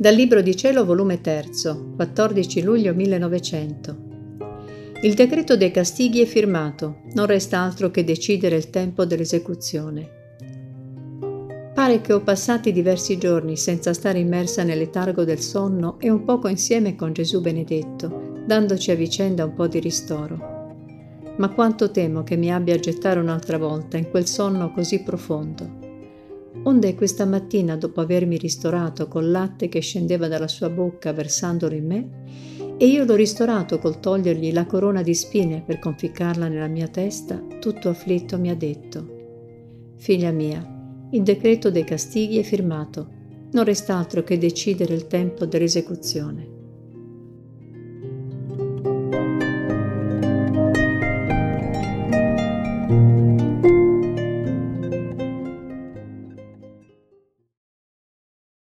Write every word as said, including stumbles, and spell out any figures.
Dal Libro di Cielo, volume tre, quattordici luglio millenovecento. Il decreto dei castighi è firmato, non resta altro che decidere il tempo dell'esecuzione. Pare che ho passati diversi giorni senza stare immersa nel letargo del sonno e un poco insieme con Gesù benedetto, dandoci a vicenda un po' di ristoro. Ma quanto temo che mi abbia a gettare un'altra volta in quel sonno così profondo. Onde questa mattina, dopo avermi ristorato col latte che scendeva dalla sua bocca versandolo in me, e io l'ho ristorato col togliergli la corona di spine per conficcarla nella mia testa, tutto afflitto mi ha detto: «Figlia mia, il decreto dei castighi è firmato, non resta altro che decidere il tempo dell'esecuzione».